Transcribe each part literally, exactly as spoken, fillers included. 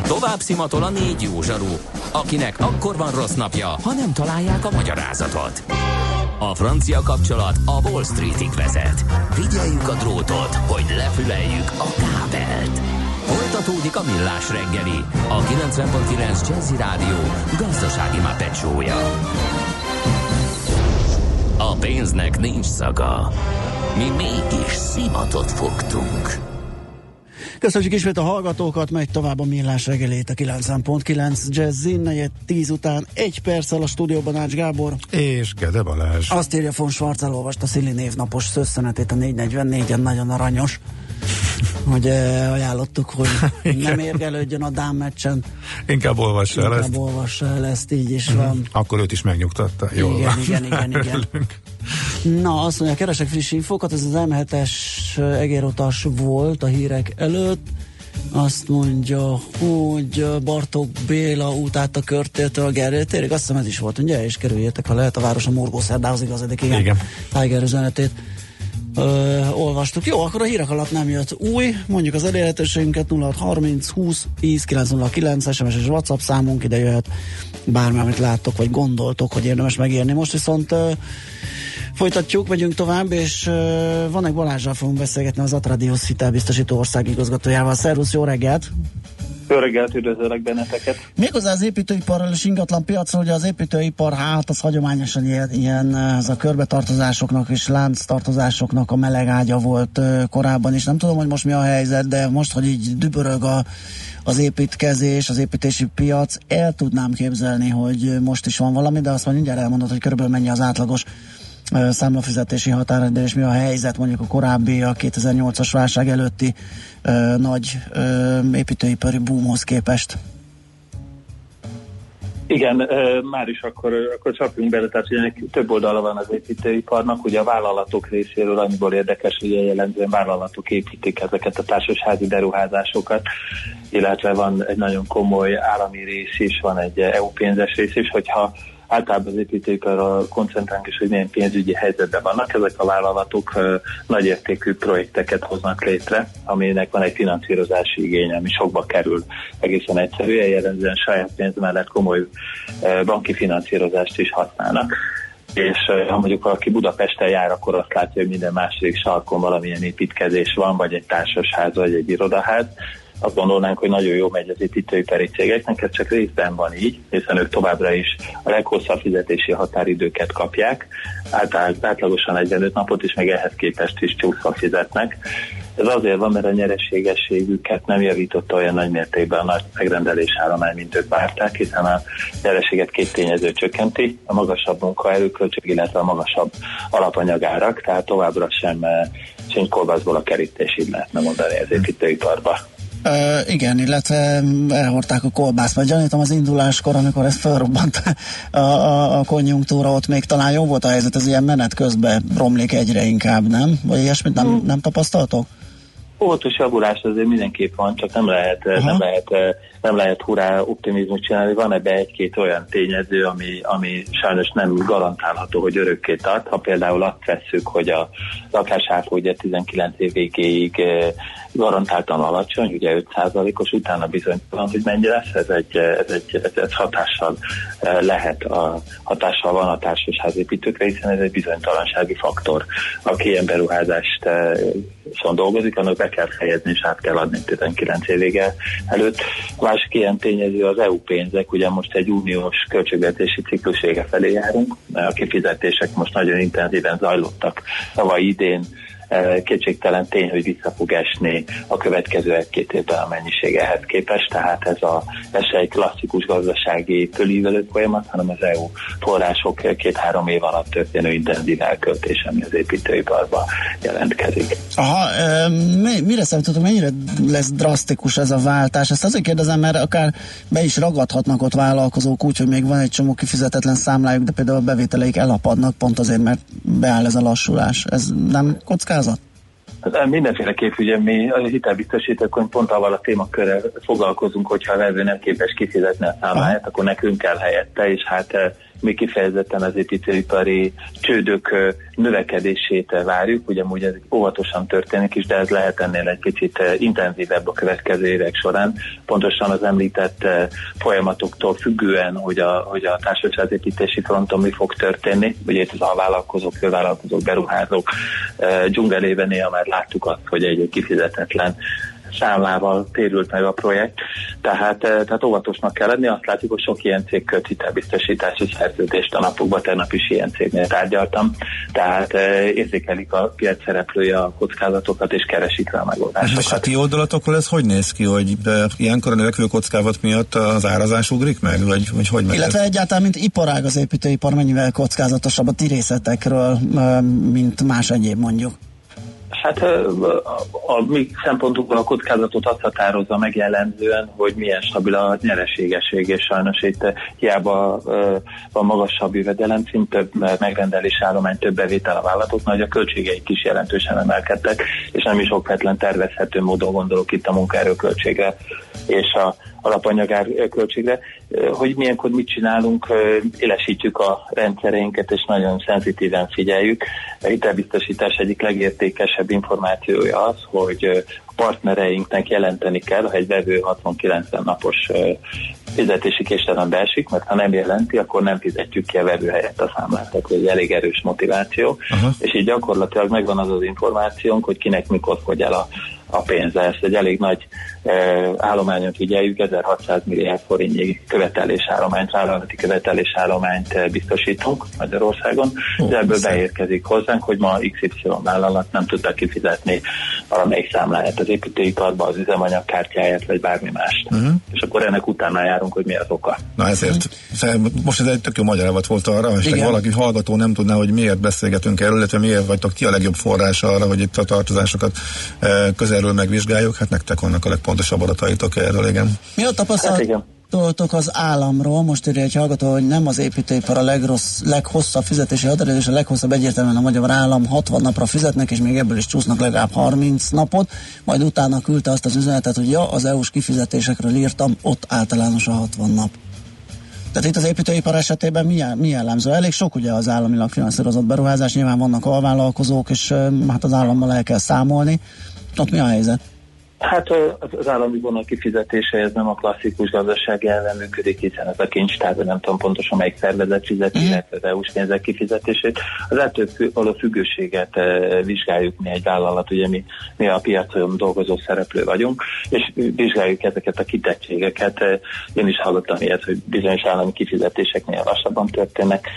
Tovább szimatol a négy jó zsaru, akinek akkor van rossz napja, ha nem találják a magyarázatot. A francia kapcsolat a Wall Streetig vezet. Figyeljük a drótot, hogy lefüleljük a kábelt. Folytatódik a Millás reggeli, a kilencven pont kilenc Jazzy Rádió gazdasági mápecsója. A pénznek nincs szaga. Mi mégis szimatot fogtunk. Köszönjük ismét a hallgatókat, megy tovább a Millás reggelét a kilencven pont kilenc Jazzin, negyed tíz után egy perccel a stúdióban Ács Gábor. És Gede Balázs. Azt írja von Schwarz, elolvasta Szili névnapos szösszenetét a négy negyvennégyen, nagyon aranyos. Hogy eh, ajánlottuk, hogy nem érgelődjön a Dám meccsen. Inkább olvassa el ezt. Inkább olvassa el ezt, így is uh-huh. van. Akkor őt is megnyugtatta. Jól igen, van. igen, igen, igen. Na, azt mondja, keresek friss infókat, ez az em hetes egérutas volt a hírek előtt. Azt mondja, hogy Bartók Béla út át a Körtértől a Gellért térig, azt hiszem ez is volt, ugye? És kerüljétek, ha lehet, a város a Morgószerdához igazodik, igen. igen. Tiger üzenetét Ö, olvastuk. Jó, akkor a hírek alatt nem jött új, mondjuk az elérhetőségünket nulla hat harminc húsz tíz kilenc nulla kilenc es em es és WhatsApp számunk, ide jöhet bármi, amit láttok, vagy gondoltok, hogy érdemes megírni. Most viszont ö, folytatjuk, megyünk tovább, és ö, van egy Balázsral fogunk beszélgetni, az Atradius hitelbiztosító országigazgatójával. Szervusz, jó reggelt! Jó reggelt, üdvözöllek benneteket! Méghozzá az építőiparral és ingatlan piacról, ugye az építőipar, hát az hagyományosan ilyen, ilyen az a körbetartozásoknak és lánctartozásoknak a meleg ágya volt uh, korábban is. Nem tudom, hogy most mi a helyzet, de most, hogy így dübörög a, az építkezés, az építési piac, el tudnám képzelni, hogy most is van valami, de azt majd mindjárt elmondod, hogy körülbelül mennyi az átlagos uh, számlafizetési határidő, és mi a helyzet mondjuk a korábbi, a kétezer-nyolcas válság előtti uh, nagy uh, építőipari boomhoz képest. Igen, már is akkor, akkor csapjunk bele, tehát ugye több oldala van az építőiparnak, ugye a vállalatok részéről annyiból érdekes, hogy jellemzően vállalatok építik ezeket a társasházi beruházásokat, illetve van egy nagyon komoly állami rész is, van egy é u pénzes rész is, hogyha általában az építőiparra koncentrálunk is, hogy milyen pénzügyi helyzetben vannak. Ezek a vállalatok uh, nagyértékű projekteket hoznak létre, aminek van egy finanszírozási igénye, ami sokba kerül. Egészen egyszerűen, jellemzően saját pénz mellett komoly uh, banki finanszírozást is használnak. És uh, ha mondjuk valaki Budapesten jár, akkor azt látja, hogy minden második sarkon valamilyen építkezés van, vagy egy társasház, vagy egy irodaház. Azt gondolnánk, hogy nagyon jó megy az építőipari cégeknek, ez csak részben van így, hiszen ők továbbra is a leghosszabb fizetési határidőket kapják, általában átlagosan negyvenöt napot is, meg ehhez képest is csúszva fizetnek. Ez azért van, mert a nyereségességüket nem javította olyan nagy mértékben a nagy megrendelés állomány, mint ők várták, hiszen a nyereséget két tényező csökkenti, a magasabb munkaerőköltség, illetve a magasabb alapanyagárak, tehát továbbra sem csinykolbászból a kerítés, így lehetne mondani az építőiparba. Uh, igen, illetve elhordták a kolbászt, mert gyanítom az induláskor, amikor ez felrobbant a, a, a konjunktúra, ott még talán jó volt a helyzet, ez ilyen menet közben romlik egyre inkább, nem? Vagy ilyesmit nem, hmm. nem tapasztaltok? Óvatos javulás azért mindenképp van, csak nem lehet, nem lehet, nem lehet hurrá optimizmus csinálni. Van ebbe egy-két olyan tényező, ami, ami sajnos nem garantálható, hogy örökké tart. Ha például azt vesszük, hogy a lakásáfa ugye tizenkilenc év végéig garantáltan alacsony, ugye öt százalékos, utána bizonytalan, hogy mennyi lesz, ez egy, ez egy ez, ez hatással lehet, a, hatással van a társasházépítőkre, hiszen ez egy bizonytalansági faktor. Aki ilyen beruházást szóval dolgozik, annak be kell fejezni, és át kell adni tizenkilenc év vége előtt. A másik ilyen tényező az é u pénzek, ugye most egy uniós költségvetési ciklus vége felé járunk, a kifizetések most nagyon intenzíven zajlottak tavaly idén, kétségtelen tény, hogy vissza fog esni a következő egy-két évben a mennyiség ehhez képest, tehát ez, a, ez egy klasszikus gazdasági fölívelő folyamat, hanem az é u források két-három év alatt történő intenzív elköltés, ami az építőiparban jelentkezik. Aha, e, mi, mire számítotok, mennyire lesz drasztikus ez a váltás? Ezt azért kérdezem, mert akár be is ragadhatnak ott vállalkozók úgy, hogy még van egy csomó kifizetetlen számlájuk, de például a bevételeik elapadnak pont azért, mert beáll ez a lassulás. Ez nem kockázat? Mindenféleképp ugye mi a hitelbiztosítókon pont avval a témakörrel foglalkozunk, hogyha a vevő nem képes kifizetni a számláját, akkor nekünk kell helyette, és hát mi kifejezetten az építőipari csődök növekedését várjuk, ugye úgy ez óvatosan történik is, de ez lehet ennél egy picit intenzívebb a következő évek során. Pontosan az említett folyamatoktól függően, hogy a, hogy a társasházépítési fronton mi fog történni. Ugye itt az alvállalkozók, fővállalkozók, beruházók dzsungelében néha már láttuk azt, hogy egy kifizetetlen számlával térült meg a projekt, tehát, tehát óvatosnak kell lenni. Azt látjuk, hogy sok ilyen cég köt hitelbiztosítási szerződést a napokban, tegnap is ilyen cégnél tárgyaltam, tehát érzékelik a piac szereplője a kockázatokat, és keresik rá a megoldásokat. És a ti oldalatokról ez hogy néz ki, hogy ilyenkor a növekvő kockázat miatt az árazás ugrik meg, vagy, vagy hogy meg? Illetve egyáltalán, mint iparág az építőipar mennyivel kockázatosabb a ti részletekről, mint más egyéb mondjuk? Hát a, a mi szempontunkból a kockázatot azt határozza meg jellemzően, hogy milyen stabil a nyereségesség, és sajnos itt hiába van magasabb jövedelemszint, több megrendelés állomány, több bevétel a vállalatoknak, hogy a költségeik is jelentősen emelkedtek, és nem is okvetlen tervezhető módon gondolok itt a munkaerőköltségre és a alapanyagár költségre, hogy milyenkor mit csinálunk, élesítjük a rendszereinket, és nagyon szenzitíven figyeljük. A hitelbiztosítás egyik legértékesebb információja az, hogy a partnereinknek jelenteni kell, ha egy vevő hatvan-kilencven napos fizetési késedelembe esik, mert ha nem jelenti, akkor nem fizetjük ki a vevő helyett a számlát. Tehát egy elég erős motiváció, uh-huh. és így gyakorlatilag megvan az az információnk, hogy kinek mikor fogy el a, a pénze. Ezt egy elég nagy e, állományon figyeljük, ezerhatszáz milliárd forintnyi követelésállományt, vállalati követelésállományt biztosítunk Magyarországon, uh, de ebből beérkezik hozzánk, hogy ma iksz ipszilon vállalat nem tudta kifizetni valamelyik számláját az építőiparba, az üzemanyagkártyáját, vagy bármi mást. Uh-huh. És akkor ennek utána járunk, hogy mi az oka. Na ezért, most ez egy tök jó magyarázat volt arra, hogy valaki hallgató nem tudná, hogy miért beszélgetünk erről, illetve miért vagytok ti a legjobb forrása arra, hogy itt a tartozásokat közelről megvizsgáljuk, hát nektek vannak a legpontosabb adataitok erről, igen. Mi a tapasztalatok az államról? Most írja egy hallgató, hogy nem az építőipar a legrossz, leghosszabb fizetési határidő, és a leghosszabb egyértelműen a magyar állam hatvan napra fizetnek, és még ebből is csúsznak legalább harminc napot, majd utána küldte azt az üzenetet, hogy ja, az é u-s kifizetésekről írtam, ott általános a hatvan nap. Tehát itt az építőipar esetében mi, mi jellemző? Elég sok ugye az államilag finanszírozott beruházás, nyilván vannak alvállalkozók, és hát az állammal el kell számolni. Ott mi a helyzet? Hát az állami vonal kifizetése ez nem a klasszikus gazdasági elven működik, hiszen ez a kincstár, nem tudom pontosan melyik szervezet fizeti, mm. illetve az é u-s pénzek kifizetését. Az ettől való függőséget vizsgáljuk mi egy vállalat, ugye mi, mi a piacon dolgozó szereplő vagyunk, és vizsgáljuk ezeket a kitettségeket. Én is hallottam ilyet, hogy bizonyos állami kifizetéseknél lassabban történnek.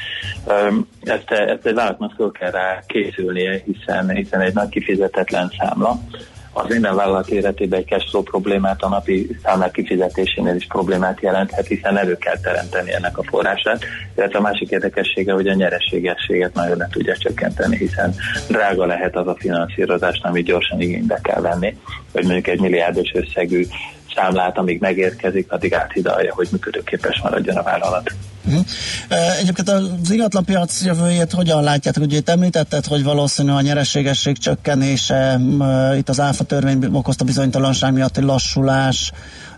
Ezt, ezt egy vállalatnak föl kell rá készülnie, hiszen, hiszen egy nagy kifizetetlen számla az minden vállalat életében egy cash flow problémát, a napi számlák kifizetésénél is problémát jelenthet, hiszen elő kell teremteni ennek a forrását. Tehát a másik érdekessége, hogy a nyereségességet nagyon le tudja csökkenteni, hiszen drága lehet az a finanszírozás, amit gyorsan igénybe kell venni, hogy mondjuk egy milliárdos összegű számlát, amíg megérkezik, addig áthidalja, hogy működőképes maradjon a vállalat. Uh-huh. Egyébként az ingatlanpiac jövőjét hogyan látjátok? Ugye itt említetted, hogy valószínű a nyereségesség csökkenése, itt az áfa törvény okozta bizonytalanság miatti lassulás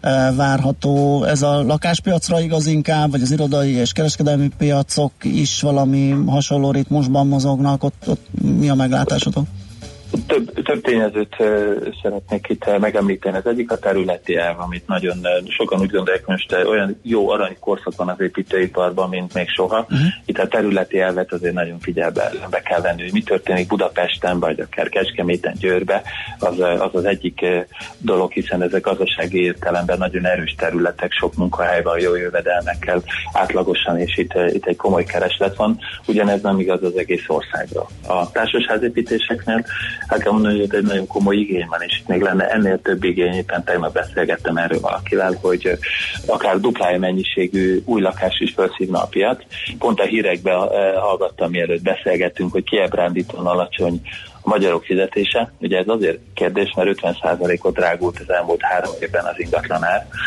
várható. Ez a lakáspiacra igaz inkább, vagy az irodai és kereskedelmi piacok is valami hasonló ritmusban mozognak? Ott, ott mi a meglátásotok? Több, több tényezőt uh, szeretnék itt megemlíteni. Az egyik a területi elv, amit nagyon uh, sokan úgy gondolják, hogy most uh, olyan jó arany korszak van az építőiparban, mint még soha. Uh-huh. Itt a területi elvet azért nagyon figyelbe be kell venni, hogy mi történik Budapesten, vagy akár Kecskeméten, Győrbe. Az, az az egyik uh, dolog, hiszen ezek gazdasági értelemben nagyon erős területek, sok munkahely van, jó jövedelmekkel átlagosan, és itt, uh, itt egy komoly kereslet van. Ugyanez nem igaz az egész országra. A társasházépítéseknél hát kell mondani, hogy egy nagyon komoly igény van, és itt még lenne ennél több igény, éppen tegnap beszélgettem erről valakivel, hogy akár duplája mennyiségű új lakás is felszívna a piac. Pont a hírekben hallgattam, mielőtt beszélgettünk, hogy kiábrándítóan alacsony a magyarok fizetése. Ugye ez azért kérdés, mert ötven százalékot drágult az elmúlt három évben az ingatlanár,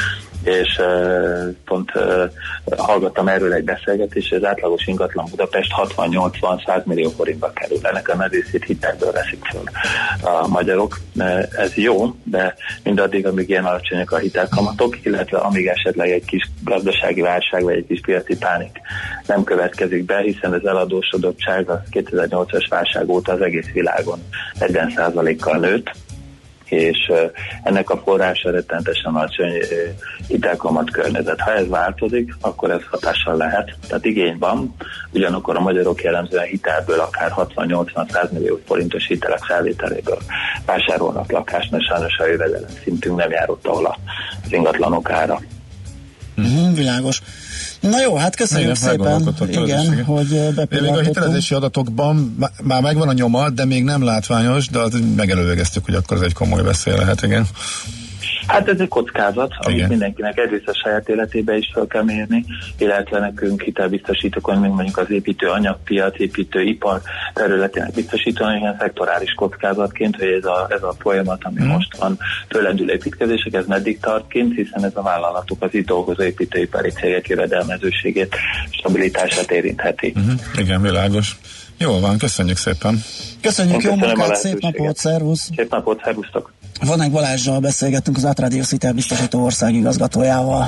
és uh, pont uh, hallgattam erről egy beszélgetést, az átlagos ingatlan Budapest hatvan-nyolcvan-száz millió forintba kerül. Ennek a nagy részét hitelből veszik föl a magyarok. Uh, ez jó, de mindaddig, amíg ilyen alacsonyak a hitelkamatok, illetve amíg esetleg egy kis gazdasági válság vagy egy kis piaci pánik nem következik be, hiszen az eladósodottság a kétezer-nyolcas válság óta az egész világon negyven százalékkal nőtt, és ennek a forrása rettenetesen alacsony hitelkamat környezet. Ha ez változik, akkor ez hatással lehet. Tehát igény van, ugyanakkor a magyarok jellemzően hitelből akár hatvan-nyolcvan-száz millió forintos hitelek felvételéből vásárolnak lakást, mert sajnos a jövedelem szintünk nem járott ahol az ingatlanok ára. Mm, világos. Na jó, hát köszönjük szépen, igen, hogy bepillantottunk. Még a hitelezési adatokban már megvan a nyoma, de még nem látványos, de az megelőlegeztük, hogy akkor ez egy komoly veszély lehet, igen. Hát ez egy kockázat, amit igen. mindenkinek egyrészt a saját életébe is fel kell mérni, illetve nekünk hitelbiztosítókon, mint mondjuk az építő anyagpiac, építőipar területének biztosítani, ilyen szektorális kockázatként, hogy ez a, ez a folyamat, ami hmm. most van, fölendül építkezések, ez meddig tart kint, hiszen ez a vállalatok, az itt dolgozó építőipari cégek jövedelmezőségét, stabilitását érintheti. Hmm. Igen, világos. Jól van, köszönjük szépen. Köszönjük, jó munkát, szép napot, szervusz! Szép napot, szervusztok! Vannak Balázsral beszélgettünk, az Átrádiusz hitelbiztosító országigazgatójával.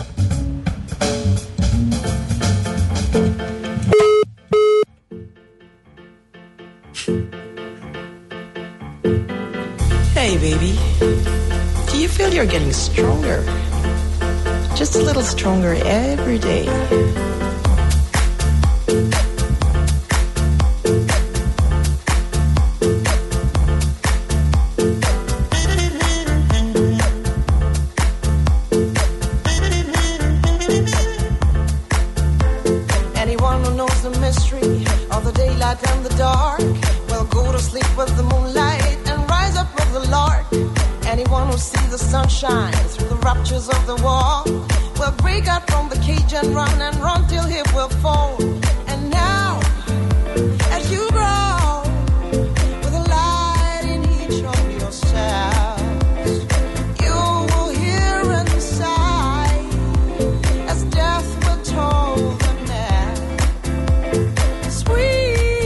Hey baby, do you feel you're getting stronger? Just a little stronger every day. And the dark, well, go to sleep with the moonlight and rise up with the lark. Anyone who sees the sunshine through the raptures of the wall will break out from the cage and run and run till he will fall. And now, as you grow with a light in each of yourselves, you will hear inside as death will toll the net. Sweet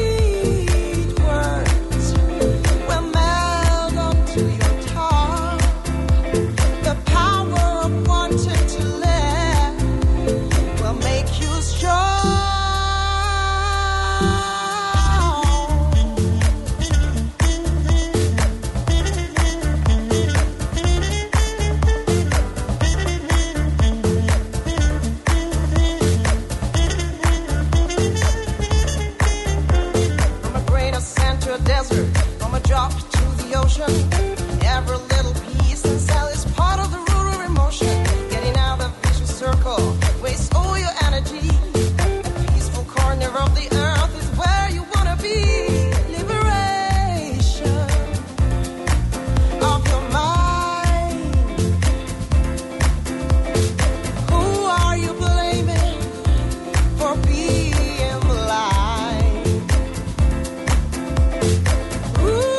every little piece and cell is part of the rural emotion. Getting out of the vicious circle, waste all your energy. A peaceful corner of the earth is where you wanna be. Liberation of your mind. Who are you blaming for being blind? Ooh.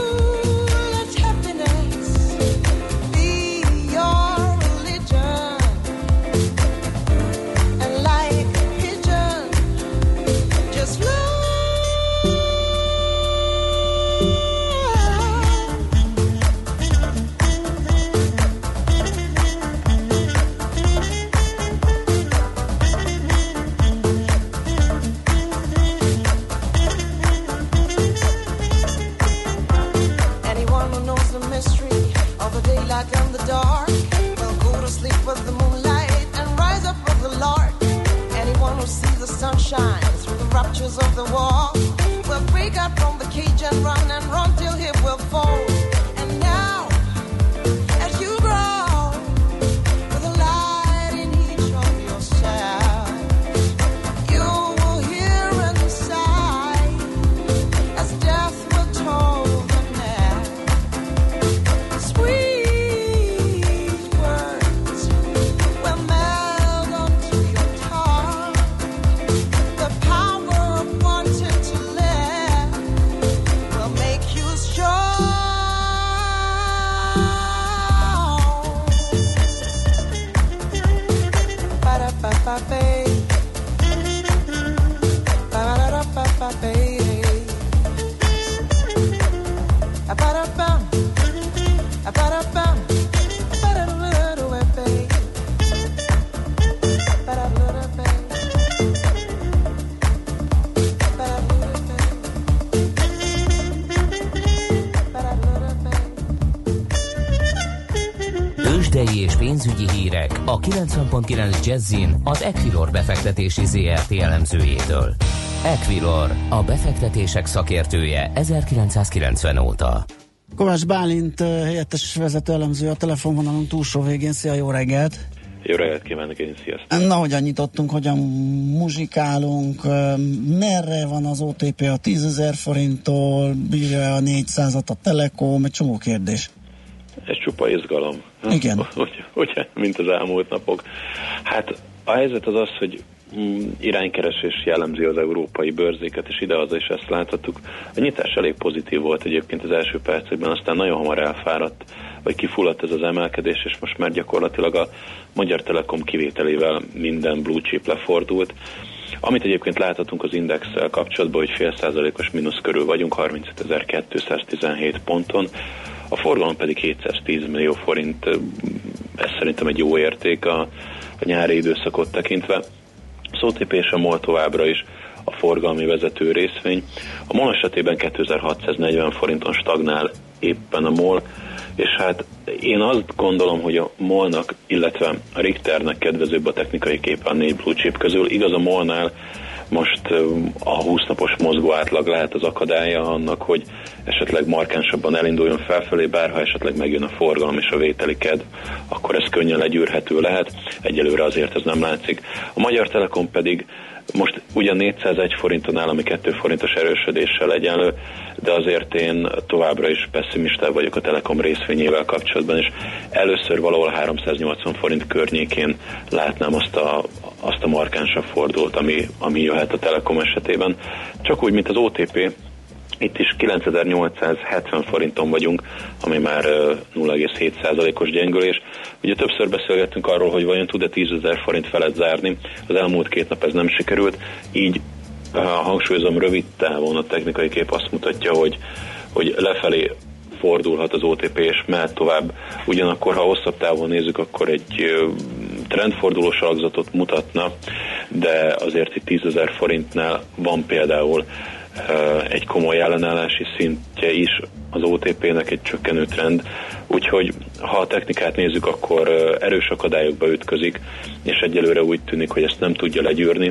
Of the wall will break out from the cage and run and run till he will fall. And now, as you grow with a light in each of yourself, you will hear inside as death will toll the net. Sweet words will meld onto your tongue. The power wanting to live will make you strong. Tőzsdei és pénzügyi hírek a kilencven pont kilenc Jazzin az Equilor befektetési zé er té elemzőjétől. Equilor, a befektetések szakértője ezerkilencszázkilencven óta. Kovács Bálint helyettes vezető elemző a telefonvonalunk túlsó végén. Szia, jó reggelt! Jó reggelt kívánok én, sziasztok! Na, hogyan nyitottunk, hogyan muzsikálunk, merre van az o té pé a tízezer forinttól, bírja a négyszázat a Telekom, egy csomó kérdés. Ez csupa izgalom. Igen. Ugye, ugye, mint az elmúlt napok. Hát a helyzet az az, hogy iránykeresés jellemzi az európai bőrzéket, és idehaza is ezt láthattuk. A nyitás elég pozitív volt egyébként az első percekben, aztán nagyon hamar elfáradt, vagy kifulladt ez az emelkedés, és most már gyakorlatilag a Magyar Telekom kivételével minden blue chip lefordult. Amit egyébként láthatunk az indexsel kapcsolatban, hogy fél százalékos mínusz körül vagyunk, harmincezer-kétszáztizenhét ponton, a forgalom pedig hétszáztíz millió forint, ez szerintem egy jó érték a, a nyári időszakot tekintve. Az o té pé és a MOL továbbra is a forgalmi vezető részvény. A MOL esetében kétezer-hatszáznegyven forinton stagnál éppen a MOL, és hát én azt gondolom, hogy a MOL-nak, illetve a Richternek kedvezőbb a technikai képe a négy blue chip közül. Igaz, a MOL-nál most a húsz napos mozgó átlag lehet az akadálya annak, hogy esetleg markánsabban elinduljon felfelé, bár ha esetleg megjön a forgalom és a vételi kedv, akkor ez könnyen legyűrhető lehet. Egyelőre azért ez nem látszik. A Magyar Telekom pedig most ugyan négyszázegy forinton áll, ami két forintos erősödéssel egyenlő, de azért én továbbra is pessimista vagyok a Telekom részvényével kapcsolatban, és először valahol háromszáznyolcvan forint környékén látnám azt a, azt a markánsabb fordulót, ami, ami jöhet a Telekom esetében. Csak úgy, mint az o té pé, itt is kilencezer-nyolcszázhetven forinton vagyunk, ami már nulla egész hét százalékos gyengülés. Ugye többször beszélgettünk arról, hogy vajon tud-e tízezer forint felett zárni. Az elmúlt két nap ez nem sikerült, így hangsúlyozom, rövid távon a technikai kép azt mutatja, hogy, hogy lefelé fordulhat az o té pé és mehet tovább. Ugyanakkor, ha hosszabb távon nézzük, akkor egy trendfordulós alakzatot mutatna, de azért itt tízezer forintnál van például egy komoly ellenállási szintje is az o té pének, egy csökkenő trend, úgyhogy ha a technikát nézzük, akkor erős akadályokba ütközik, és egyelőre úgy tűnik, hogy ezt nem tudja legyűrni.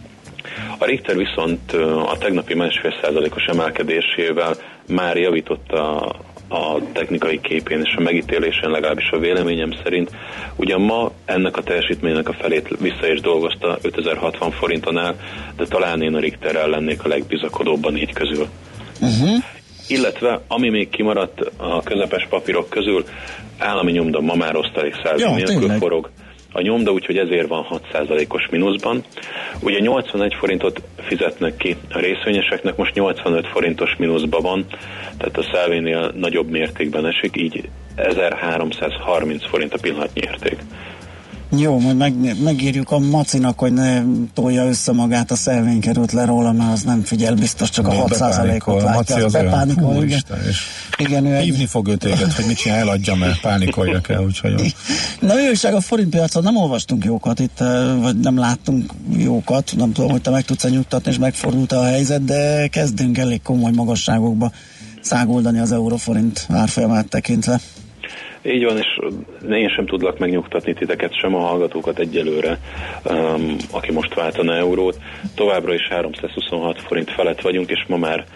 A Richter viszont a tegnapi másfél százalékos emelkedésével már javított a, a technikai képén és a megítélésen, legalábbis a véleményem szerint. Ugyan ma ennek a teljesítménynek a felét vissza is dolgozta ötezer-hatvan forintonál, de talán én a Richterrel lennék a legbizakodóbb a négy közül. Uh-huh. Illetve, ami még kimaradt a közepes papírok közül, állami nyomda ma már osztalékszálló ja, nélkül tényleg forog a nyomda, úgyhogy ezért van hat százalékos mínuszban. Ugye nyolcvanegy forintot fizetnek ki a részvényeseknek, most nyolcvanöt forintos mínuszban van, tehát a Szávénél nagyobb mértékben esik, így ezerháromszázharminc forint a pillanatnyi érték. Jó, majd meg, megírjuk a Macinak, hogy ne tolja össze magát, a Szelvény került le róla, mert az nem figyel, biztos csak a hat százalékot látja. Maci az bepánikol, olyan, igen. igen, ő hívni egy... fog ő téged, hogy mit csinál, eladja, mert pánikolja kell, úgyhogy... Na, őság a forintpiacon nem olvastunk jókat itt, vagy nem láttunk jókat, nem tudom, hogy te meg tudsz nyugtatni, és megfordult a helyzet, de kezdünk elég komoly magasságokba száguldani az euróforint árfolyamát tekintve. Így van, és én sem tudlak megnyugtatni titeket, sem a hallgatókat egyelőre, um, aki most váltana eurót. Továbbra is háromszázhuszonhat forint felett vagyunk, és ma már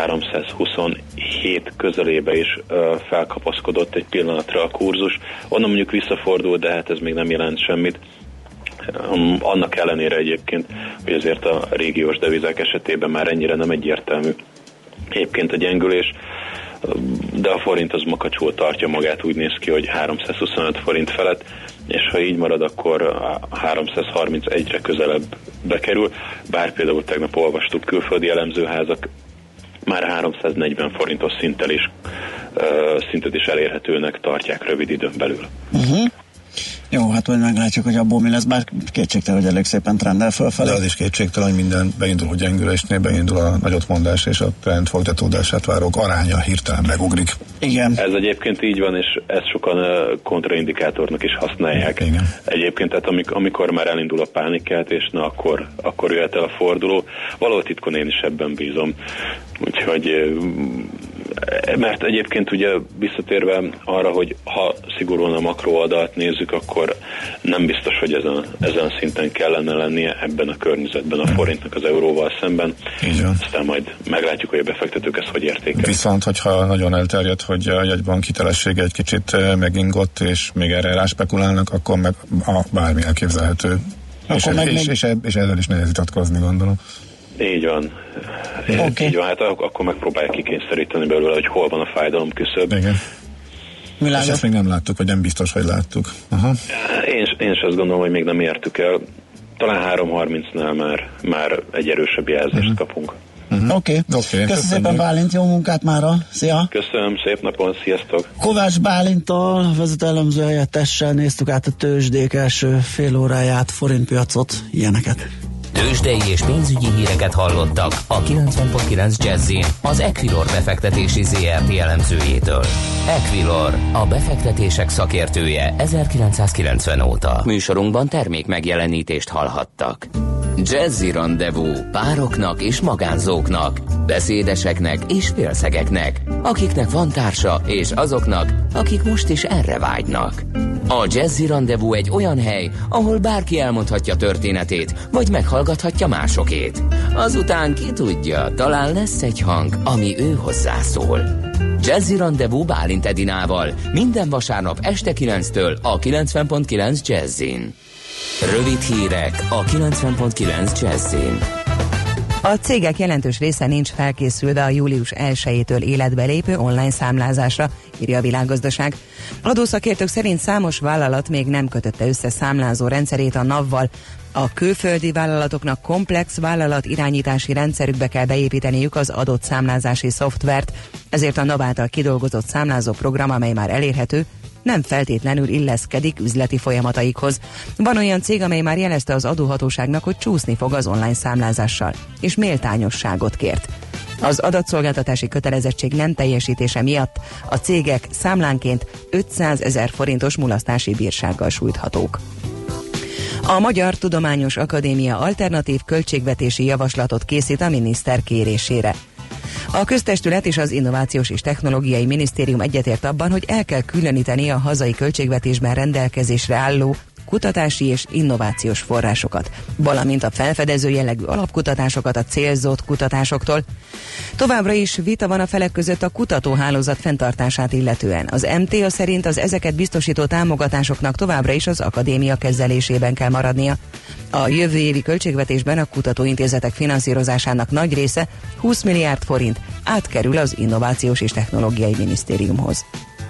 háromszázhuszonhét közelébe is uh, felkapaszkodott egy pillanatra a kurzus. Onnan mondjuk visszafordul, de hát ez még nem jelent semmit. Um, annak ellenére egyébként, hogy azért a régiós devizák esetében már ennyire nem egyértelmű egyébként a gyengülés, de a forint az makacsul tartja magát, úgy néz ki, hogy háromszázhuszonöt forint felett, és ha így marad, akkor háromszázharmincegyre közelebb bekerül, bár például tegnap olvastuk, külföldi elemzőházak már háromszáznegyven forintos szinttel is, uh, szintet is elérhetőnek tartják rövid időn belül. Uh-huh. Jó, hát majd meglátjuk, hogy abból mi lesz, bár kétségtelen, hogy elég szépen trendel fölfelé. De az is kétségtelen, hogy minden beindul, hogy gyengülésnél beindul a nagyotmondás, és a trend folytatódását várók aránya hirtelen megugrik. Igen. Ez egyébként így van, és ezt sokan kontraindikátornak is használják. Igen. Egyébként, tehát amik, amikor már elindul a pánikkeltés, na akkor, akkor jöhet el a forduló. Valahol titkon én is ebben bízom. Úgyhogy mert egyébként ugye visszatérve arra, hogy ha szigorúan a makro oldalt nézzük, akkor nem biztos, hogy ezen, ezen szinten kellene lennie ebben a környezetben a forintnak az euróval szemben. Így van. Aztán majd meglátjuk, hogy a befektetők ezt hogy értékelik. Viszont, hogyha nagyon elterjedt, hogy a jegybank hitelessége egy kicsit megingott, és még erre ráspekulálnak, akkor meg a bármi elképzelhető. És, meg és, még... és, és ezzel is nehéz vitatkozni, gondolom. Így van. Okay. Így van, hát akkor megpróbálják kikényszeríteni belőle, hogy hol van a fájdalom küszöb. Igen. És ezt még nem láttuk, vagy nem biztos, hogy láttuk. Aha. Én, én is azt gondolom, hogy még nem értük el. Talán három harmincnál már, már egy erősebb jelzést uh-huh. kapunk. Uh-huh. Oké. Okay. Okay. Köszönöm szépen, Bálint, jó munkát mára. Szia! Köszönöm, szép napon, sziasztok! Kovács Bálinttal, vezető elemző helyettessel néztük át a tőzsdék első fél óráját, forintpiacot, ilyeneket. Tőzsdei és pénzügyi híreket hallottak a kilencven pont kilenc Jazzin az Equilor befektetési zé er té elemzőjétől. Equilor, a befektetések szakértője ezerkilencszázkilencven óta. Műsorunkban termék megjelenítést hallhattak. Jazzy Rendezvú pároknak és magánzóknak, beszédeseknek és félszegeknek, akiknek van társa és azoknak, akik most is erre vágynak. A Jazzy Rendezvú egy olyan hely, ahol bárki elmondhatja történetét, vagy meghallgathatja másokét. Azután ki tudja, talán lesz egy hang, ami ő hozzászól. Jazzy Rendezvú Bálint Edinával minden vasárnap este kilenctől a kilencven pont kilenc Jazzin. Rövid hírek a kilencven pont kilenc Jazzin. A cégek jelentős része nincs felkészülve a július elsejétől életbe lépő online számlázásra, írja a Világgazdaság. Adószakértők szerint számos vállalat még nem kötötte össze számlázó rendszerét a NAV-val. A külföldi vállalatoknak komplex vállalat irányítási rendszerükbe kell beépíteniük az adott számlázási szoftvert, ezért a NAV által kidolgozott számlázó program, amely már elérhető, nem feltétlenül illeszkedik üzleti folyamataikhoz. Van olyan cég, amely már jelezte az adóhatóságnak, hogy csúszni fog az online számlázással, és méltányosságot kért. Az adatszolgáltatási kötelezettség nem teljesítése miatt a cégek számlánként ötszázezer forintos mulasztási bírsággal sújthatók. A Magyar Tudományos Akadémia alternatív költségvetési javaslatot készít a miniszter kérésére. A köztestület és az Innovációs és Technológiai Minisztérium egyetért abban, hogy el kell különíteni a hazai költségvetésben rendelkezésre álló kutatási és innovációs forrásokat, valamint a felfedező jellegű alapkutatásokat a célzott kutatásoktól. Továbbra is vita van a felek között a kutatóhálózat fenntartását illetően. Az em té á szerint az ezeket biztosító támogatásoknak továbbra is az akadémia kezelésében kell maradnia. A jövő évi költségvetésben a kutatóintézetek finanszírozásának nagy része, húsz milliárd forint átkerül az Innovációs és Technológiai Minisztériumhoz.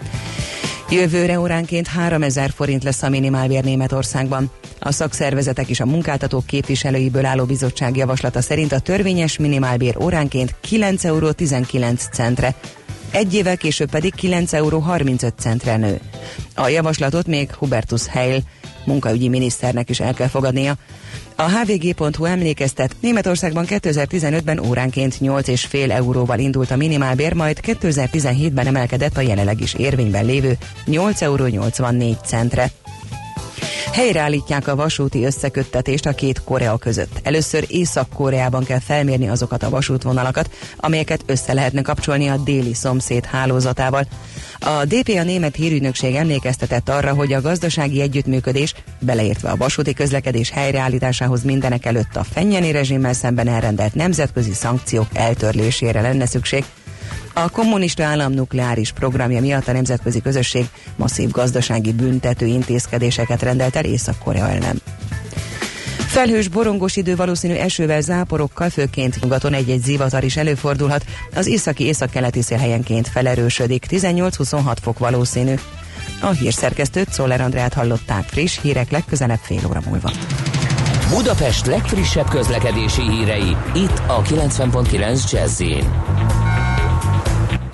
Jövőre óránként háromezer forint lesz a minimálbér Németországban. A szakszervezetek és a munkáltatók képviselőiből álló bizottság javaslata szerint a törvényes minimálbér óránként kilenc euró tizenkilenc centre, egy évvel később pedig kilenc euró harmincöt centre nő. A javaslatot még Hubertus Heil munkaügyi miniszternek is el kell fogadnia. A há vé gé pont hú emlékeztet, Németországban kétezer-tizenötben óránként nyolc egész öt euróval indult a minimálbér, majd kétezer-tizenhétben emelkedett a jelenleg is érvényben lévő nyolc euró nyolcvannégy centre. Helyreállítják a vasúti összeköttetést a két Korea között. Először Észak-Koreában kell felmérni azokat a vasútvonalakat, amelyeket össze lehetne kapcsolni a déli szomszéd hálózatával. A dé pé, a német hírügynökség emlékeztetett arra, hogy a gazdasági együttműködés, beleértve a vasúti közlekedés helyreállításához mindenek előtt a Fennyeni rezsimmel szemben elrendelt nemzetközi szankciók eltörlésére lenne szükség. A kommunista állam nukleáris programja miatt a nemzetközi közösség masszív gazdasági büntető intézkedéseket rendelt el Észak-Korea ellen. Felhős, borongós idő, valószínű esővel, záporokkal, főként nyugaton egy-egy zivatar is előfordulhat. Az északi északkeleti szél helyenként felerősödik, tizennyolc-huszonhat fok valószínű. A hírszerkesztőt, Czoller Andrát hallották, friss hírek legközelebb fél óra múlva. Budapest legfrissebb közlekedési hírei, itt a kilencven pont kilenc Jazz-in.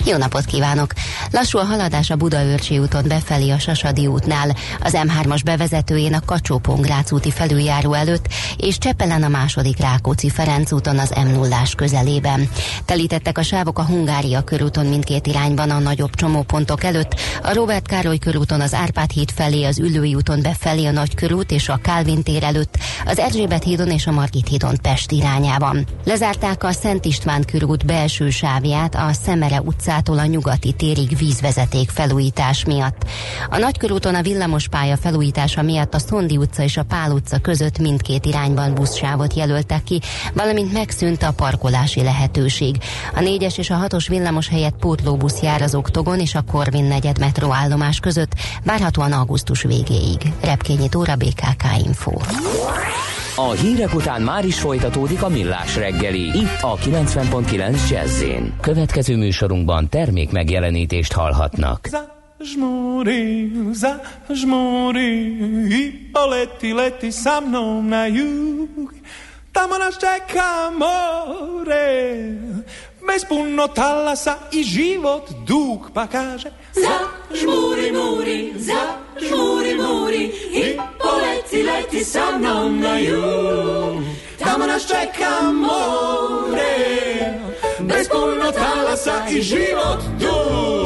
Jó napot kívánok! Lassú a haladás a Budaörsi úton befelé a Sasadi útnál, az em hármas bevezetőjén a Kacsó-Pongrác úti felüljáró előtt, és Csepelen a második Rákóczi-Ferenc úton az em nullás közelében. Telítettek a sávok a Hungária körúton mindkét irányban a nagyobb csomópontok előtt, a Róbert Károly körúton az Árpád híd felé, az Üllői úton befelé a Nagykörút és a Kálvin tér előtt, az Erzsébet hídon és a Margit hídon Pest irányában. Lezárták a Szent István körút belső sávját a Szemere utcától a Nyugati térig vízvezeték felújítás miatt. A Nagykörúton a villamospálya felújítása miatt a Szondi utca és a Pál utca között mindkét irányban buszsávot jelöltek ki, valamint megszűnt a parkolási lehetőség. A négyes és a hatos villamos helyett pótlóbusz jár az Oktogon és a Korvin negyed metróállomás között, várhatóan augusztus végéig. Repkényi Tóra, bé ká ká Info. A hírek után már is folytatódik a Millás reggeli, itt a kilencven pont kilenc Jazz-én. Következő műsorunkban termék megjelenítést hallhatnak. Zažmúri, zažmúri, i poleti, leti sa mnou na jug. Tam nás čeká more, bez puno talasa i život dug, pa kaže zažmúri, múri, zažmúri, múri, i poleti, leti sa mnou na jug. Tam nás čeká more, bez puno talasa i život dug.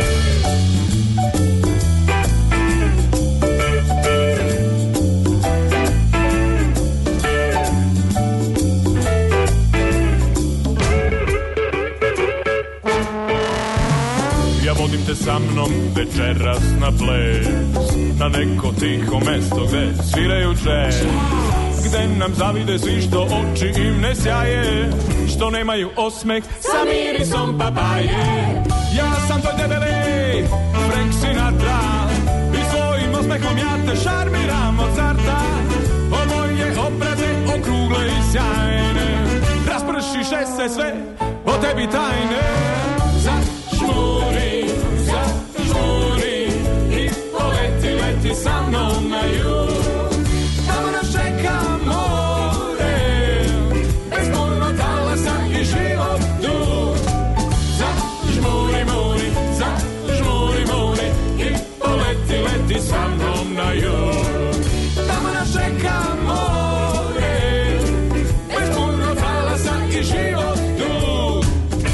Vodim te sa mnom večeras na ples, na neko tiho mesto gde sviraju džez, gde nam zavide svi što oči im ne sjaje, što nemaju osmeh sa mirisom papaje. Ja sam tvoj debeli Frank Sinatra i svojim osmehom ja te šarmiram od starta. O moje obraze okrugle i sjajne, raspršiše se sve o tebi tajne. Zažmuri, zažmuri i poleti, leti sa mnom na jug. Tamo nas čeka more, bez puno talasa i život dug. Zažmuri, muri, zažmuri, muri i poleti, leti sa mnom na jug. Tamo nas čeka more, bez puno talasa i život dug.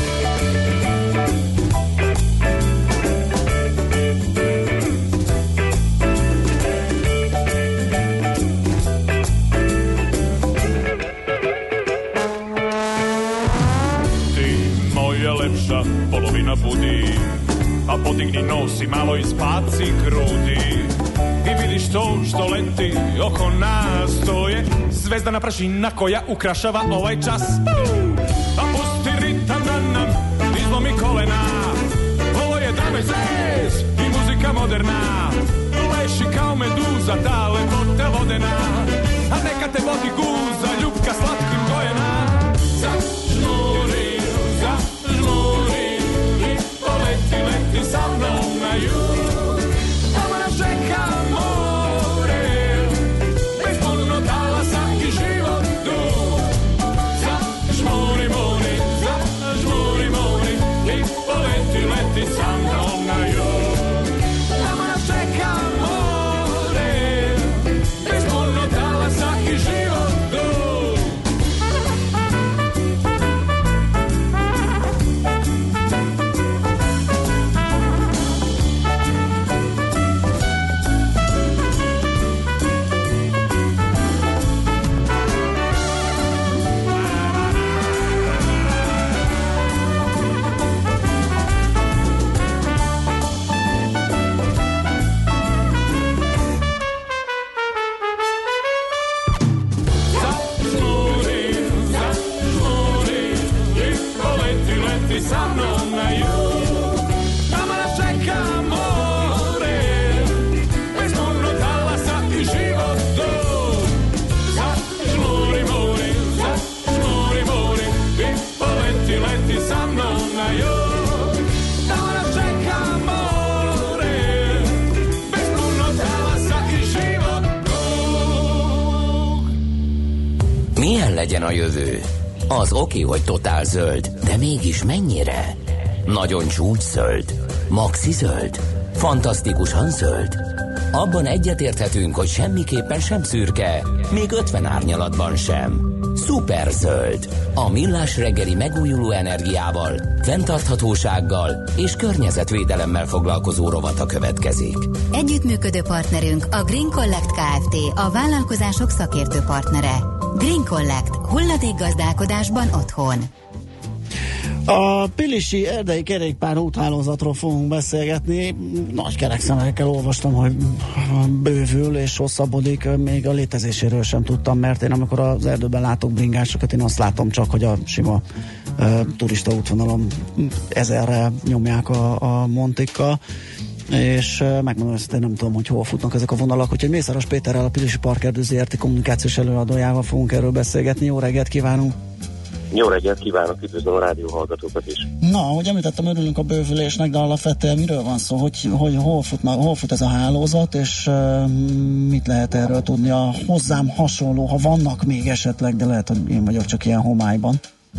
Polovina budi, a podigni nos i malo ispaci grudi. I vidiš to što leti oko nas, to je zvezdana prašina koja ukrašava ovaj čas. A pusti ritam da nam izlomi kolena, ovo je drum and bass i muzika moderna. Leši kao meduza, ta lepota vodena, a neka te vodi guza, ljubka slatkim gojena. Zažmuri, zažmuri, leti sa mnom na jug. Tamo nas čeka more, bez puno talasa i život dug. Zažmuri, muri, zažmuri, muri i poleti, leti sa mnom na jug. Tamo nas čeka more, bez puno talasa i život dug. Milyen legyen a jövő? Az oké, hogy totál zöld, de mégis mennyire? Nagyon csúcs zöld? Maxi zöld? Fantasztikusan zöld? Abban egyetérthetünk, hogy semmiképpen sem szürke, még ötven árnyalatban sem. Szuper zöld. A millás reggeli megújuló energiával, fenntarthatósággal és környezetvédelemmel foglalkozó rovata következik. Együttműködő partnerünk a Green Collect Kft. A vállalkozások szakértő partnere. Green Collect. Hulladékgazdálkodásban otthon. A pilisi erdei kerékpár úthálózatról fogunk beszélgetni. Nagy kerekszemekkel olvastam, hogy bővül és hosszabbodik. Még a létezéséről sem tudtam, mert én amikor az erdőben látok bringásokat, én azt látom csak, hogy a sima uh, turista útvonalon ezerre nyomják a, a montikkal, és uh, megmondom őszintén, nem tudom, hogy hol futnak ezek a vonalak, úgyhogy Mészáros Péterrel, a Pilisi Parkerdő zé er té kommunikációs előadójával fogunk erről beszélgetni. Jó reggelt kívánunk! Jó reggelt kívánok, üdvözlöm a rádióhallgatókat is. Na, ahogy említettem, örülünk a bővülésnek, de alapvetően miről van szó, hogy, hogy hol, fut, hol fut ez a hálózat, és uh, mit lehet erről tudni a hozzám hasonló, ha vannak még esetleg, de lehet, hogy én vagyok csak ilyen homályban.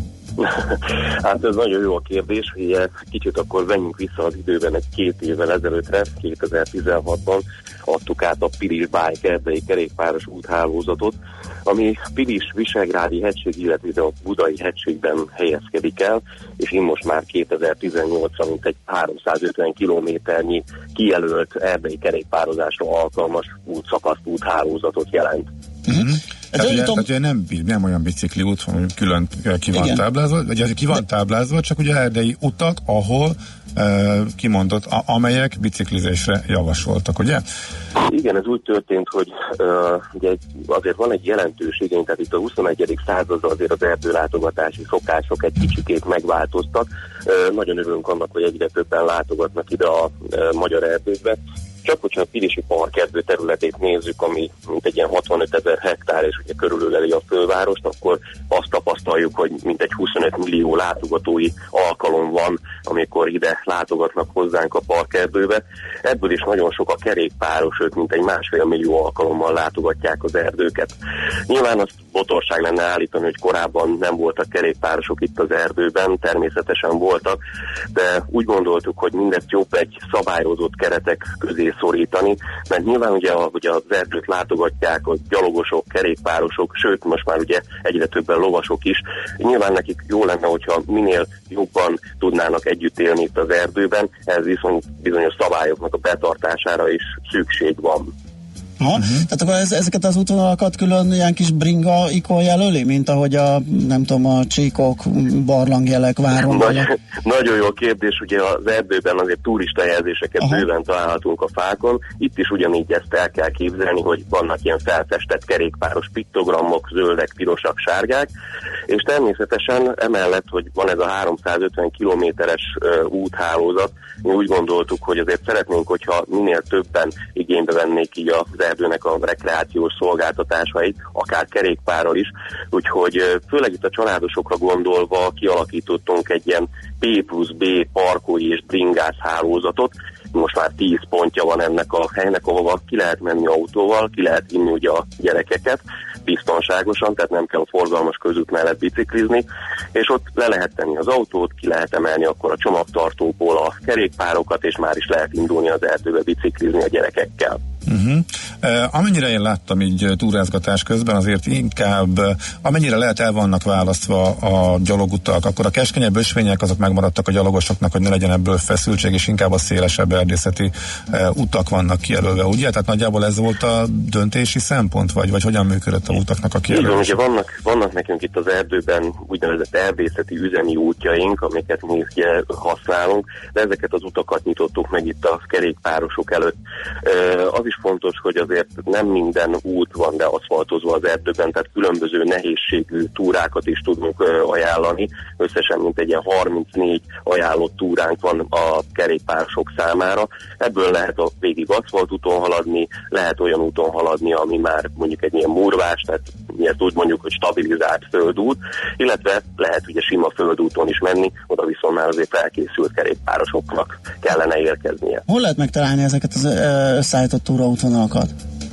Hát ez nagyon jó a kérdés, hogy kicsit akkor venjünk vissza az időben, egy két évvel ezelőttre, kétezer-tizenhatban adtuk át a Pilis Bike erdei kerékpáros úthálózatot, ami Pilis Visegrádi hegység, illetve a Budai hegységben helyezkedik el, és én most már kétezer-tizennyolcra mint egy háromszázötven kilométernyi kijelölt erdei kerékpározásra alkalmas útszakaszt, úthálózatot jelent. Uh-huh. Tehát, ugye, tehát ugye nem, nem olyan bicikli út, külön ki van Igen. táblázva, vagy ki van táblázva, csak ugye erdei utak, ahol uh, kimondott, a, amelyek biciklizésre javasoltak, ugye? Igen, ez úgy történt, hogy uh, ugye azért van egy jelentőség, tehát itt a huszonegyedik században azért az erdőlátogatási szokások egy kicsikét megváltoztak. Uh, nagyon örülünk annak, hogy egyre többen látogatnak ide a uh, magyar erdőkbe. Csak hogyha a Pilisi Parkerdő területét nézzük, ami mint egy ilyen hatvanötezer hektár, és ugye körülöleli a fővárost, akkor azt tapasztaljuk, hogy mintegy huszonöt millió látogatói alkalom van, amikor ide látogatnak hozzánk a parkerdőbe. Ebből is nagyon sok a kerékpáros, ők mintegy másfél millió alkalommal látogatják az erdőket. Nyilván azt botorság lenne állítani, hogy korábban nem voltak kerékpárosok itt az erdőben, természetesen voltak, de úgy gondoltuk, hogy mindezt jobb egy szabályozott keretek közé szorítani, mert nyilván ugye, ugye az erdőt látogatják a gyalogosok, kerékpárosok, sőt most már ugye egyre többen lovasok is. Nyilván nekik jó lenne, hogyha minél jobban tudnának együtt élni itt az erdőben, ez viszont bizonyos szabályoknak a betartására is szükség van. Ha? Uh-huh. Tehát akkor ez, ezeket az útvonalakat külön ilyen kis bringa ikon jelöli, mint ahogy a, nem tudom, a csíkok, barlangjelek, váromjelek? Nagy, nagyon jó kérdés, ugye az erdőben azért turista jelzéseket uh-huh. bőven találhatunk a fákon, itt is ugyanígy ezt el kell képzelni, hogy vannak ilyen felfestett kerékpáros piktogramok, zöldek, pirosak, sárgák, és természetesen emellett, hogy van ez a háromszázötven kilométeres uh, úthálózat, mi úgy gondoltuk, hogy azért szeretnénk, hogyha minél többen igénybe vennék így az erdőnek a rekreációs szolgáltatásait, akár kerékpárral is, úgyhogy főleg itt a családosokra gondolva kialakítottunk egy ilyen P plusz B parkolói és bringás hálózatot. Most már tíz pontja van ennek a helynek, ahova ki lehet menni autóval, ki lehet vinni ugye a gyerekeket biztonságosan, tehát nem kell a forgalmas közút mellett biciklizni, és ott le lehet tenni az autót, ki lehet emelni akkor a csomagtartóból a kerékpárokat, és már is lehet indulni az erdőbe biciklizni a gyerekekkel. Uh-huh. Uh, amennyire én láttam így túrázgatás közben, azért inkább uh, amennyire lehet el vannak választva a gyalogutak, akkor a keskenyebb ösvények azok megmaradtak a gyalogosoknak, hogy ne legyen ebből feszültség, és inkább a szélesebb erdészeti uh, utak vannak kijelölve, ugye? Tehát nagyjából ez volt a döntési szempont, vagy, vagy hogyan működött a utaknak a kijelölése? Igen, ugye vannak, vannak nekünk itt az erdőben úgynevezett erdészeti üzemi útjaink, amiket mi használunk, de ezeket az utakat nyitottuk meg itt a kerékpárosok előtt. Uh, az is fontos, hogy azért nem minden út van de aszfaltozva az erdőben, tehát különböző nehézségű túrákat is tudunk ajánlani. Összesen mint egy ilyen harmincnégy ajánlott túránk van a kerékpárosok számára. Ebből lehet a végig aszfaltúton haladni, lehet olyan úton haladni, ami már mondjuk egy ilyen murvás, tehát miért úgy mondjuk, hogy stabilizált földút, illetve lehet ugye sima földúton is menni, oda viszont már azért felkészült kerékpárosoknak kellene érkeznie. Hol lehet megtalálni ezeket az összeállított túraútvonalakat?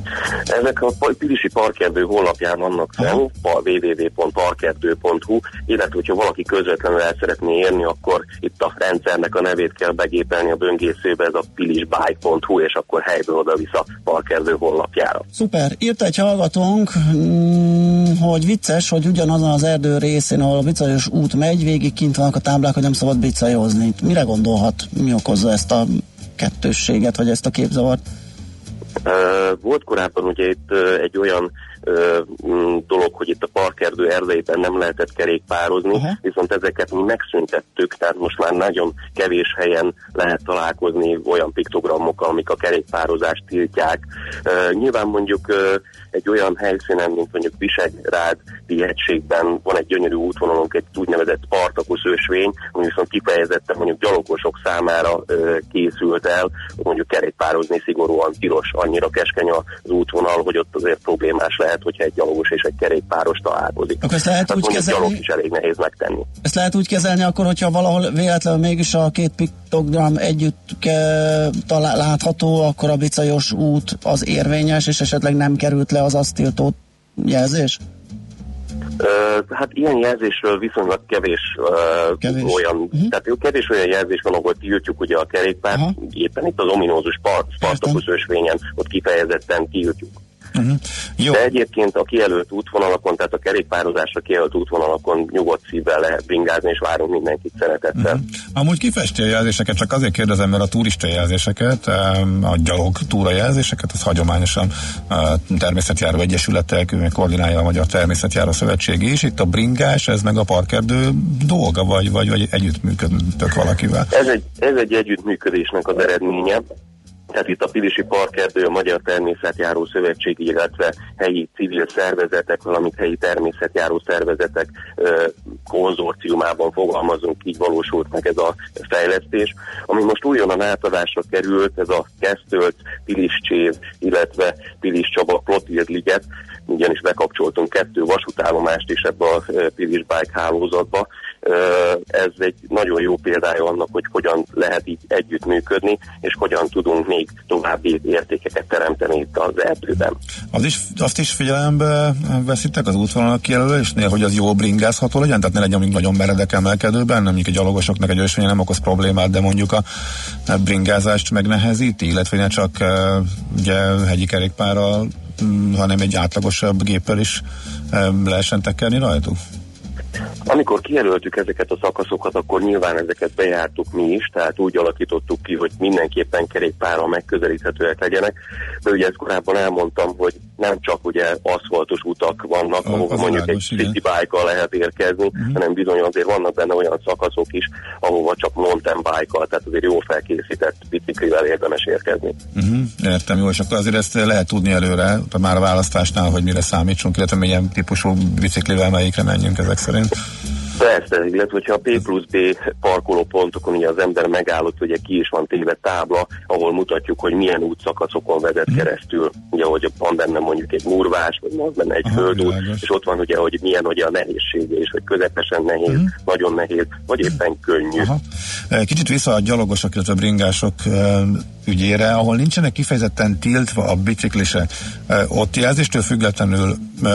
Ezek a Pilisi Parkerdő honlapján vannak fenn, double-u double-u double-u pont parkerdő pont hu, illetve hogyha valaki közvetlenül el szeretné érni, akkor itt a rendszernek a nevét kell begépelni a böngészőbe, ez a pilisbike pont hu, és akkor helyből oda-visz a Parkerdő honlapjára. Szuper, írt egy hallgatónk, hogy vicces, hogy ugyanazon az erdő részén, ahol a bicajos út megy, végig kint vannak a táblák, hogy nem szabad bicajozni. Mire gondolhat, mi okozza ezt a kettősséget, vagy ezt a képzavart? Uh, volt korábban ugye itt uh, egy olyan uh, dolog, hogy itt a parkerdő erdeiben nem lehetett kerékpározni, uh-huh. viszont ezeket mi megszüntettük, tehát most már nagyon kevés helyen lehet találkozni olyan piktogramokkal, amik a kerékpározást tiltják. Uh, nyilván mondjuk uh, egy olyan helyszínen, mint mondjuk Visegrádi hegységben van egy gyönyörű útvonalunk, egy úgynevezett Spartacus ösvény, ami viszont kifejezetten mondjuk gyalogosok számára uh, készült el, mondjuk kerékpározni szigorúan tilos, annyira keskeny az útvonal, hogy ott azért problémás lehet, hogyha egy gyalogos és egy kerékpáros találkozik. Akkor ezt lehet úgy kezelni? Gyalog is elég nehéz megtenni. Ezt lehet úgy kezelni akkor, hogyha valahol véletlenül mégis a két piktogram együtt ke- talál, látható, akkor a bicajos út az érvényes, és esetleg nem került le az azt tiltó jelzés? Uh, hát ilyen jelzésről viszonylag kevés, uh, kevés. olyan, uh-huh. tehát kevés olyan jelzés van, ahol tiltjuk ugye a kerékpárt, uh-huh. éppen itt az ominózus Spartacus ösvényen, ott kifejezetten tiltjuk. Uh-huh. Jó. De egyébként a kijelölt útvonalakon, tehát a kerékpározásra kijelölt útvonalakon nyugodt szívvel lehet bringázni, és várunk mindenkit szeretettel. Uh-huh. Amúgy kifesti a jelzéseket, csak azért kérdezem, mert a turista jelzéseket, a gyalog túra jelzéseket, az hagyományosan a Természetjáró Egyesülettel koordinálja a Magyar Természetjáró Szövetség is. Itt a bringás, ez meg a parkerdő dolga, vagy, vagy, vagy együttműködtök valakivel? Ez egy, ez egy együttműködésnek az eredménye. Tehát itt a Pilisi Parkerdő, a Magyar Természetjáró Szövetség, illetve helyi civil szervezetek, valamint helyi természetjáró szervezetek ö, konzorciumában fogalmazunk, így valósult meg ez a fejlesztés. Ami most újonnan átadásra került, ez a Kesztölt, Pilis-Csév, illetve Pilis-Csaba Klotild liget, ugyanis bekapcsoltunk kettő vasútállomást is ebbe a Pilis Bike hálózatba. Ez egy nagyon jó példája annak, hogy hogyan lehet így együttműködni, és hogyan tudunk még további értékeket teremteni itt az erdőben. Az is, azt is figyelembe veszitek az útvonalak kijelölésnél, hogy az jól bringázható legyen? Tehát ne legyen még nagyon meredek emelkedőben, nem mondjuk a gyalogosoknak egy ösvényen nem okoz problémát, de mondjuk a bringázást megnehezíti, illetve ne csak ugye hegyi kerékpárral, hanem egy átlagosabb géppel is lehessen tekerni rajtuk? Amikor kijelöltük ezeket a szakaszokat, akkor nyilván ezeket bejártuk mi is, tehát úgy alakítottuk ki, hogy mindenképpen kerékpárral megközelíthetőek legyenek, de ugye ezt korábban elmondtam, hogy nem csak ugye aszfaltos utak vannak, ah, ahol mondjuk világos, egy city bike-kal lehet érkezni, uh-huh. hanem bizony azért vannak benne olyan szakaszok is, ahova csak mountain bike-kal, tehát azért jól felkészített biciklivel érdemes érkezni. Uh-huh. Értem, jó, és akkor azért ezt lehet tudni előre, már a választásnál, hogy mire számítsunk, illetve milyen típusú biciklivel melyikre menjünk ezek szerint. Persze, illetve hogyha a P plusz B parkolópontokon ugye az ember megállott, ugye ki is van téve tábla, ahol mutatjuk, hogy milyen útszakaszokon vezet hmm. keresztül, ugye, hogy van benne mondjuk egy murvás, vagy van benne egy aha, földút, világos. És ott van ugye, hogy milyen ugye a nehézsége is, hogy közepesen nehéz, hmm. nagyon nehéz, vagy éppen könnyű. Aha. Kicsit vissza a gyalogosok, illetve a bringások ügyére, ahol nincsenek kifejezetten tiltva a biciklisek, ott jelzéstől függetlenül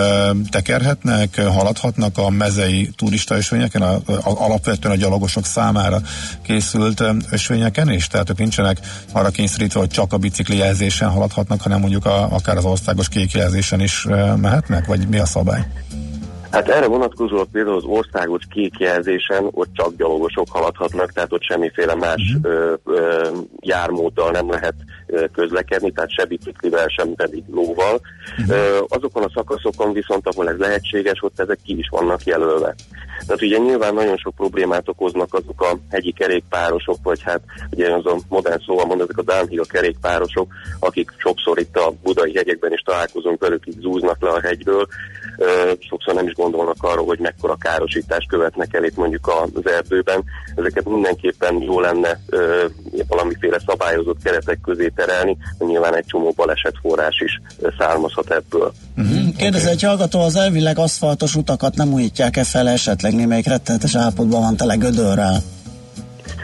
tekerhetnek, haladhatnak a mezei turista ösvényeken, a, a, alapvetően a gyalogosok számára készült ösvényeken is? Tehát ők nincsenek arra kényszerítve, hogy csak a bicikli jelzésen haladhatnak, hanem mondjuk a, akár az országos kék jelzésen is mehetnek? Vagy mi a szabály? Hát erre vonatkozóan például az országos kék jelzésen ott csak gyalogosok haladhatnak, tehát ott semmiféle más uh-huh. ö, ö, jármóddal nem lehet ö, közlekedni, tehát se biciklivel, sem pedig lóval. Uh-huh. Ö, azokon a szakaszokon viszont, ahol ez lehetséges, ott ezek ki is vannak jelölve. Tehát ugye nyilván nagyon sok problémát okoznak azok a hegyi kerékpárosok, vagy hát ugye az a modern szóval mondom, ezek a downhill kerékpárosok, akik sokszor itt a budai hegyekben is találkozunk velük, itt zúznak le a hegyről, ö, sokszor nem is gondolnak arról, hogy mekkora károsítást követnek el itt mondjuk az erdőben. Ezeket mindenképpen jó lenne ö, valamiféle szabályozott keretek közé terelni, de nyilván egy csomó balesetforrás is származhat ebből. Uh-huh. Kérdez egy hallgató, az elvileg aszfaltos utakat nem újítják-e fel esetleg, némelyik rettenetes állapotban van tele gödörrel?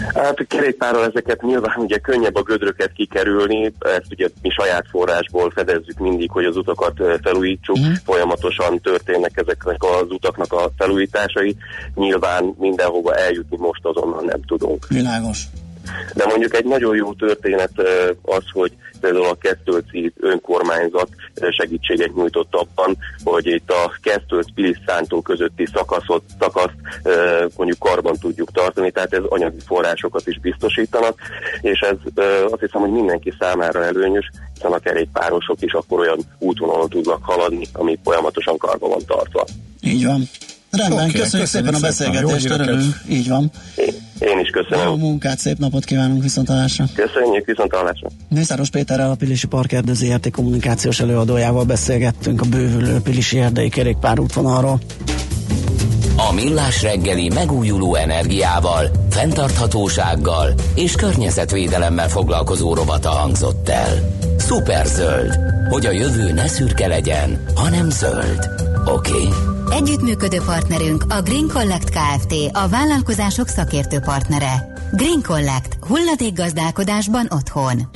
Hát a kerékpárral ezeket nyilván ugye könnyebb a gödröket kikerülni, ezt ugye mi saját forrásból fedezzük mindig, hogy az utakat felújítsuk, mm. folyamatosan történnek ezeknek az utaknak a felújításai, nyilván mindenhova eljutni most azonnal nem tudunk. Világos. De mondjuk egy nagyon jó történet az, hogy például a Kesztölci önkormányzat segítséget nyújtott abban, hogy itt a Kesztölc-Pilisszántó közötti szakaszot, szakaszt mondjuk karban tudjuk tartani, tehát ez anyagi forrásokat is biztosítanak, és ez azt hiszem, hogy mindenki számára előnyös, hiszen a kerékpárosok is akkor olyan útvonalon tudnak haladni, ami folyamatosan karban van tartva. Így van. Rendben, okay, köszönjük szépen a beszélgetést, örülünk. Így van. Én, én is köszönöm. Jó munkát, szép napot kívánunk, viszontlátásra. Köszönjük, viszontlátásra. Mészáros Péterrel, a Pilisi Parkerdő zé er té kommunikációs előadójával beszélgettünk a bővülő Pilisi erdei kerékpárútvonalról. A Millás reggeli megújuló energiával, fenntarthatósággal és környezetvédelemmel foglalkozó rovata hangzott el. Szuperzöld, hogy a jövő ne szürke legyen, hanem zöld. Oké? Okay? Együttműködő partnerünk a Green Collect Kft., a vállalkozások szakértő partnere. Green Collect. Hulladékgazdálkodásban otthon.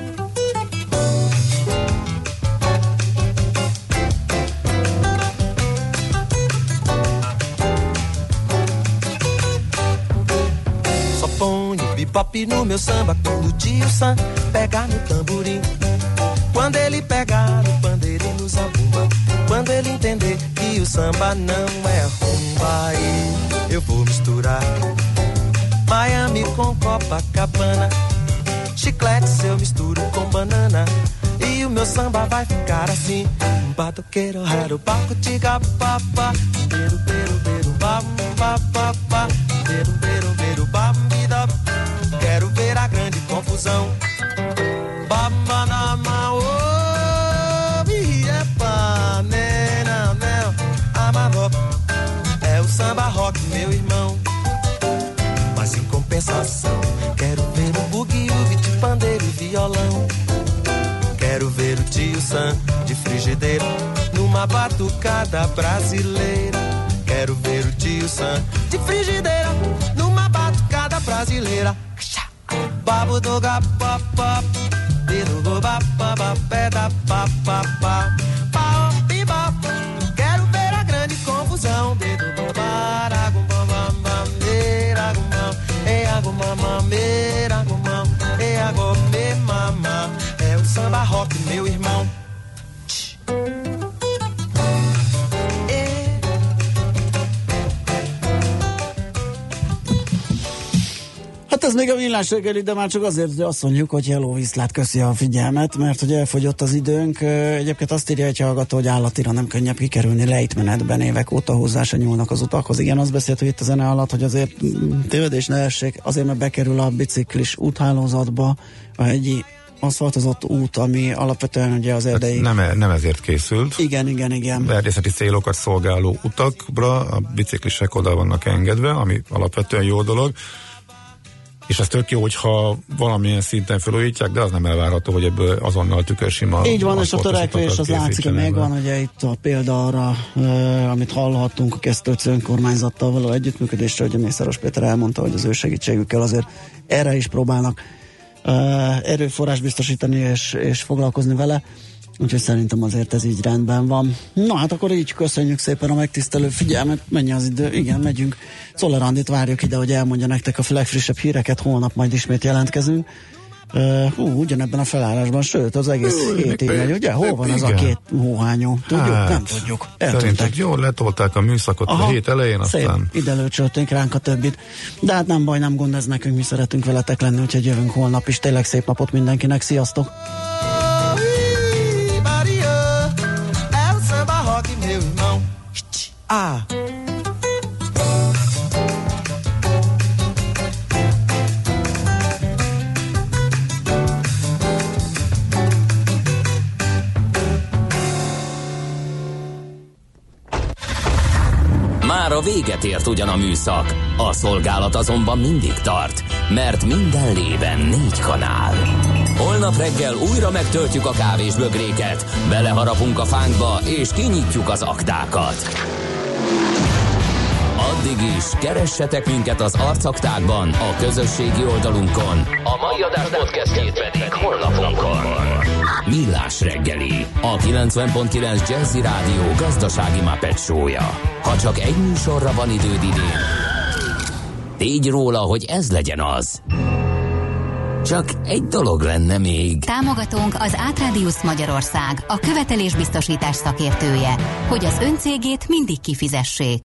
Só ponho bebop no meu samba quando o tio Sam pegar no tamborim. Quando ele pegar no pandeiro e no zabumba, quando ele entender que o samba não é rumba, aí eu vou misturar Miami com Copacabana, chiclete se eu misturo com banana, e o meu samba vai ficar assim: batuqueiro, raro, baco, tiga, papá, beiro, beiro, beiro, bam, papá, beiro, beiro, beiro, bam, bida. Quero ver a grande confusão. Babanama, oh, biepa, né, não, não, amarro. É o samba rock, meu irmão. Mas em compensação, quero ver o bugue-ugue de pandeiro e violão. Quero ver o tio Sam de frigideira numa batucada brasileira. Quero ver o tio Sam de frigideira numa batucada brasileira. Babo do gapapá, dedo do bapapá, pé da papapá, pau, piba. Quero ver a grande confusão. Dedo do baragumam, meira gumam, e agumam, meira gumam, e agome mamá. É o samba rock, meu irmão. Hát ez még a Millás reggeli, de már csak azért, hogy azt mondjuk, hogy hello, viszlát, köszi a figyelmet, mert hogy elfogyott az időnk. Egyébként azt írja egy hallgató, hogy állatira nem könnyebb kikerülni lejtmenetben, évek óta hozzá se nyúlnak az utakhoz. Igen, azt beszélt, hogy itt a zene alatt, hogy azért tévedés ne essék, azért mert bekerül a biciklis úthálózatba a hegyi aszfaltozott út, ami alapvetően ugye az erdei... Nem, nem ezért készült. Igen, igen, igen. Erdészeti célokat szolgáló utakra a biciklisek oda vannak engedve, ami alapvetően jó dolog. És ez tök jó, hogyha valamilyen szinten felújítják, de az nem elvárható, hogy ebből azonnal tükörsima. Így van, és a törekvés az látszik, hogy megvan, ugye itt a példa arra, uh, amit hallhattunk a Kesztölci önkormányzattal való együttműködésre, hogy a Mészáros Péter elmondta, hogy az ő segítségükkel azért erre is próbálnak uh, erőforrás biztosítani és, és foglalkozni vele. Úgyhogy szerintem azért ez így rendben van. Na hát akkor így köszönjük szépen a megtisztelő figyelmet. Mennyi az idő? Igen, megyünk. Czoller Andit várjuk ide, hogy elmondja nektek a legfrissebb híreket. Holnap majd ismét jelentkezünk. Uh, hú, ugyanebben a felállásban, sőt, az egész hétig megy, ugye? Hol van az a két hóhányó? Tudjuk? Hát, nem tudjuk. Eltűntek. Jól letolták a műszakot. Aha, a hét elején, aztán... Szép, ide lőcsölték ránk a többit. De hát nem baj, nem gond, ez nekünk, mi szeretünk veletek lenni, úgyhogy jövünk holnap is. Tényleg szép napot mindenkinek. Sziasztok! Ah. Már a véget ért ugyan a műszak, a szolgálat azonban mindig tart, mert minden lében négy kanál. Holnap reggel újra megtöltjük a kávésbögréket, beleharapunk a fánkba és kinyitjuk az aktákat. Addig is, keressetek minket az arcaktákban, a közösségi oldalunkon. A mai adás podcastjét pedig honlapunkon. Millás reggeli, a kilencven pont kilenc Jazzy Rádió gazdasági Muppet show-ja. Ha csak egy műsorra van időd idén, tégy róla, hogy ez legyen az. Csak egy dolog lenne még. Támogatónk az Átrádiusz Magyarország, a követelésbiztosítás szakértője, hogy az öncégét mindig kifizessék.